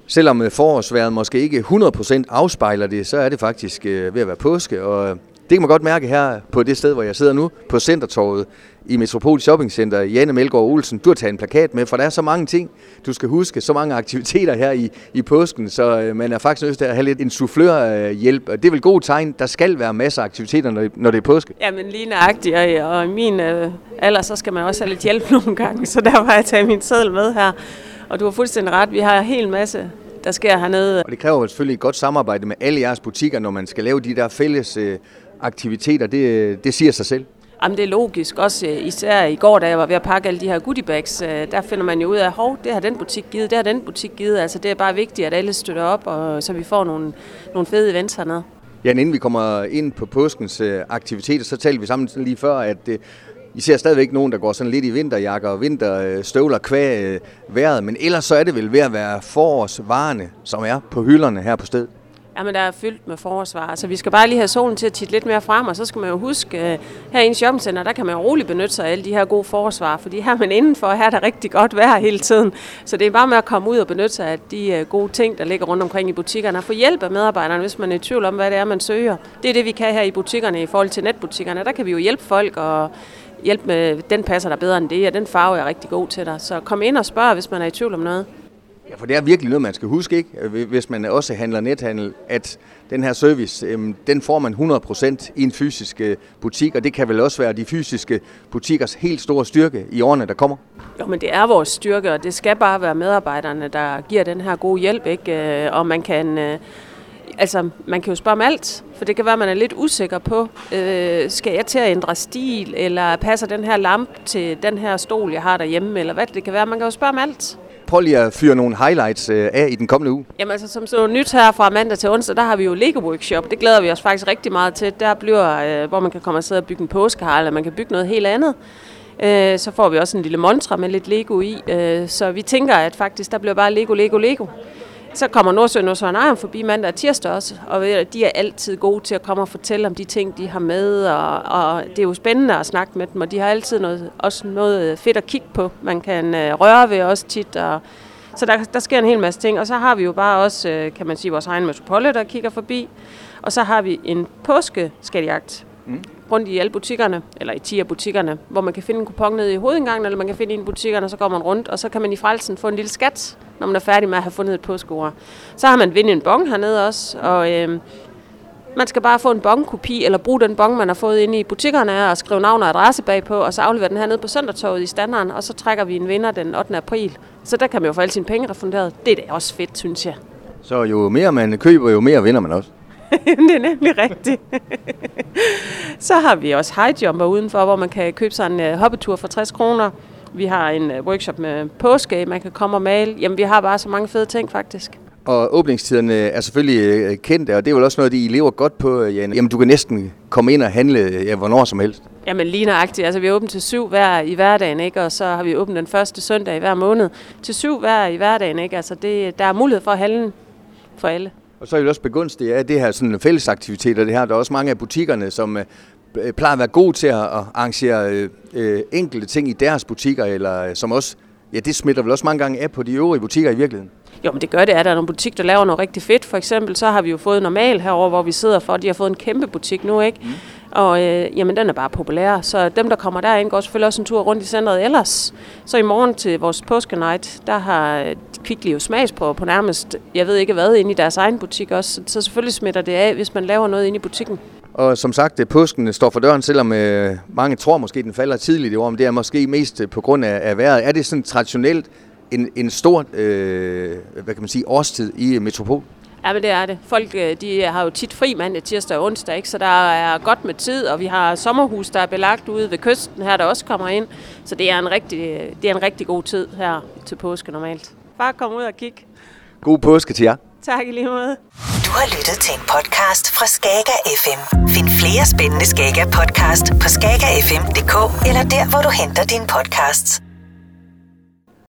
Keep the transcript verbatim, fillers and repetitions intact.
Selvom forårsvejret måske ikke hundrede procent afspejler det, så er det faktisk ved at være påske, og det kan man godt mærke her på det sted, hvor jeg sidder nu, på Centertorvet i Metropol Shopping Center. Janne Melgaard Olsen, du har taget en plakat med, for der er så mange ting, du skal huske, så mange aktiviteter her i, i påsken, så øh, man er faktisk nødt til at have lidt en soufflørhjælp, og det er vel god tegn, der skal være masser af aktiviteter, når det, når det er påske. Jamen lige nøjagtigt, og, og i min øh, alder, så skal man også have lidt hjælp nogle gange, så der var jeg taget min seddel med her, og du har fuldstændig ret, vi har en hel masse, der sker hernede. Og det kræver selvfølgelig et godt samarbejde med alle jeres butikker, når man skal lave de der fælles øh, aktiviteter, det, det siger sig selv. Jamen det er logisk, også især i går, da jeg var ved at pakke alle de her goodiebags, der finder man jo ud af, hov, det har den butik givet, det har den butik givet, altså det er bare vigtigt, at alle støtter op, og så vi får nogle, nogle fede events hernede. Ja, inden vi kommer ind på påskens aktiviteter, så talte vi sammen lige før, at I ser stadigvæk nogen, der går sådan lidt i vinterjakker og vinterstøvler kvæg vejret, men ellers så er det vel ved at være forårsvarerne, som er på hylderne her på stedet. Jamen, der er fyldt med forårsvarer, så vi skal bare lige have solen til at titte lidt mere frem, og så skal man jo huske, her i en shoppingcenter, der kan man jo roligt benytte sig af alle de her gode forårsvarer, fordi her er man indenfor, her er der rigtig godt vejr hele tiden. Så det er bare med at komme ud og benytte sig af de gode ting, der ligger rundt omkring i butikkerne, og få hjælp af medarbejderne, hvis man er i tvivl om, hvad det er, man søger. Det er det, vi kan her i butikkerne i forhold til netbutikkerne. Der kan vi jo hjælpe folk og hjælpe med, den passer der bedre end det, og den farve er rigtig god til dig. Så kom ind og spørg, hvis man er i tvivl om noget. Ja, for det er virkelig noget, man skal huske, ikke? Hvis man også handler nethandel, at den her service, øhm, den får man hundrede procent i en fysisk butik, og det kan vel også være de fysiske butikkers helt store styrke i årene, der kommer? Jo, men det er vores styrke, og det skal bare være medarbejderne, der giver den her gode hjælp, ikke? Og man kan, øh, altså, man kan jo spørge om alt, for det kan være, at man er lidt usikker på, øh, skal jeg til at ændre stil, eller passer den her lampe til den her stol, jeg har derhjemme, eller hvad det kan være. Man kan jo spørge om alt. Prøv lige at fyre nogle highlights af i den kommende uge. Jamen altså, som så nyt her fra mandag til onsdag, der har vi jo Lego Workshop. Det glæder vi os faktisk rigtig meget til. Der bliver, øh, hvor man kan komme og sidde og bygge en påskehare, eller man kan bygge noget helt andet. Øh, så får vi også en lille montre med lidt Lego i. Øh, så vi tænker, at faktisk, der bliver bare Lego, Lego, Lego. Så kommer Nordsøen og Søren Ejem forbi mandag og tirsdag også, og de er altid gode til at komme og fortælle om de ting, de har med, og, og det er jo spændende at snakke med dem, og de har altid noget, også noget fedt at kigge på. Man kan uh, røre ved også tit, og, så der, der sker en hel masse ting. Og så har vi jo bare også, kan man sige, vores egen Metropole, der kigger forbi, og så har vi en påskeskatjagt mm. rundt i alle butikkerne, eller i ti af butikkerne, hvor man kan finde en kupon nede i hovedindgangen, eller man kan finde en i butikkerne, og så går man rundt, og så kan man i frelsen få en lille skat, når man er færdig med at have fundet et påskeord. Så har man vundet en bong hernede også, og øh, man skal bare få en bongkopi, eller bruge den bong, man har fået inde i butikkerne, og skrive navn og adresse bagpå, og så aflevere den hernede på Centertorvet i standarden, og så trækker vi en vinder den ottende april. Så der kan man jo få alle sine penge refunderet. Det er da også fedt, synes jeg. Så jo mere man køber, jo mere vinder man også. Det er nemlig rigtigt. Så har vi også high jumper udenfor, hvor man kan købe sig en uh, hoppetur for tres kroner. Vi har en uh, workshop med påske, man kan komme og male. Jamen, vi har bare så mange fede ting, faktisk. Og åbningstiderne er selvfølgelig uh, kendte, og det er vel også noget, I lever godt på, Janne. Jamen, du kan næsten komme ind og handle ja, hvornår som helst. Jamen, lige nøjagtigt. Altså, vi er åbent til syv hver i hverdagen, ikke? Og så har vi åbent den første søndag i hver måned. Til syv hver i hverdagen, ikke? Altså, det, der er mulighed for at handle for alle. Og så er vi også begunstigt af det her sådan fællesaktiviteter. Det her. Der er også mange af butikkerne, som øh, plejer at være gode til at arrangere øh, enkelte ting i deres butikker, eller som også, ja, det smitter vel også mange gange af på de øvrige butikker i virkeligheden. Jo, men det gør det. Er der nogle butik, der laver noget rigtig fedt? For eksempel, så har vi jo fået Normal herover, hvor vi sidder for. De har fået en kæmpe butik nu, ikke? Mm. Og øh, jamen, den er bare populær. Så dem, der kommer derind, går selvfølgelig også en tur rundt i centret ellers. Så i morgen til vores påskenight, der har Kvickly jo smagsprøver på nærmest, jeg ved ikke hvad, inde i deres egen butik også. Så selvfølgelig smitter det af, hvis man laver noget inde i butikken. Og som sagt, påsken står for døren, selvom øh, mange tror måske, den falder tidligt i år, men det er måske mest på grund af, af vejret. Er det sådan traditionelt en, en stor øh, hvad kan man sige, årstid i Metropol? Ja, men det er det. Folk de har jo tit fri mandag, tirsdag og onsdag, ikke? Så der er godt med tid, og vi har sommerhus, der er belagt ude ved kysten her, der også kommer ind. Så det er en rigtig, det er en rigtig god tid her til påske normalt. Bare kom ud og kig. God påske til jer. Tak i lige måde. Du har lyttet til en podcast fra Skager F M. Find flere spændende Skager podcast på skager f m punktum d k eller der, hvor du henter dine podcasts.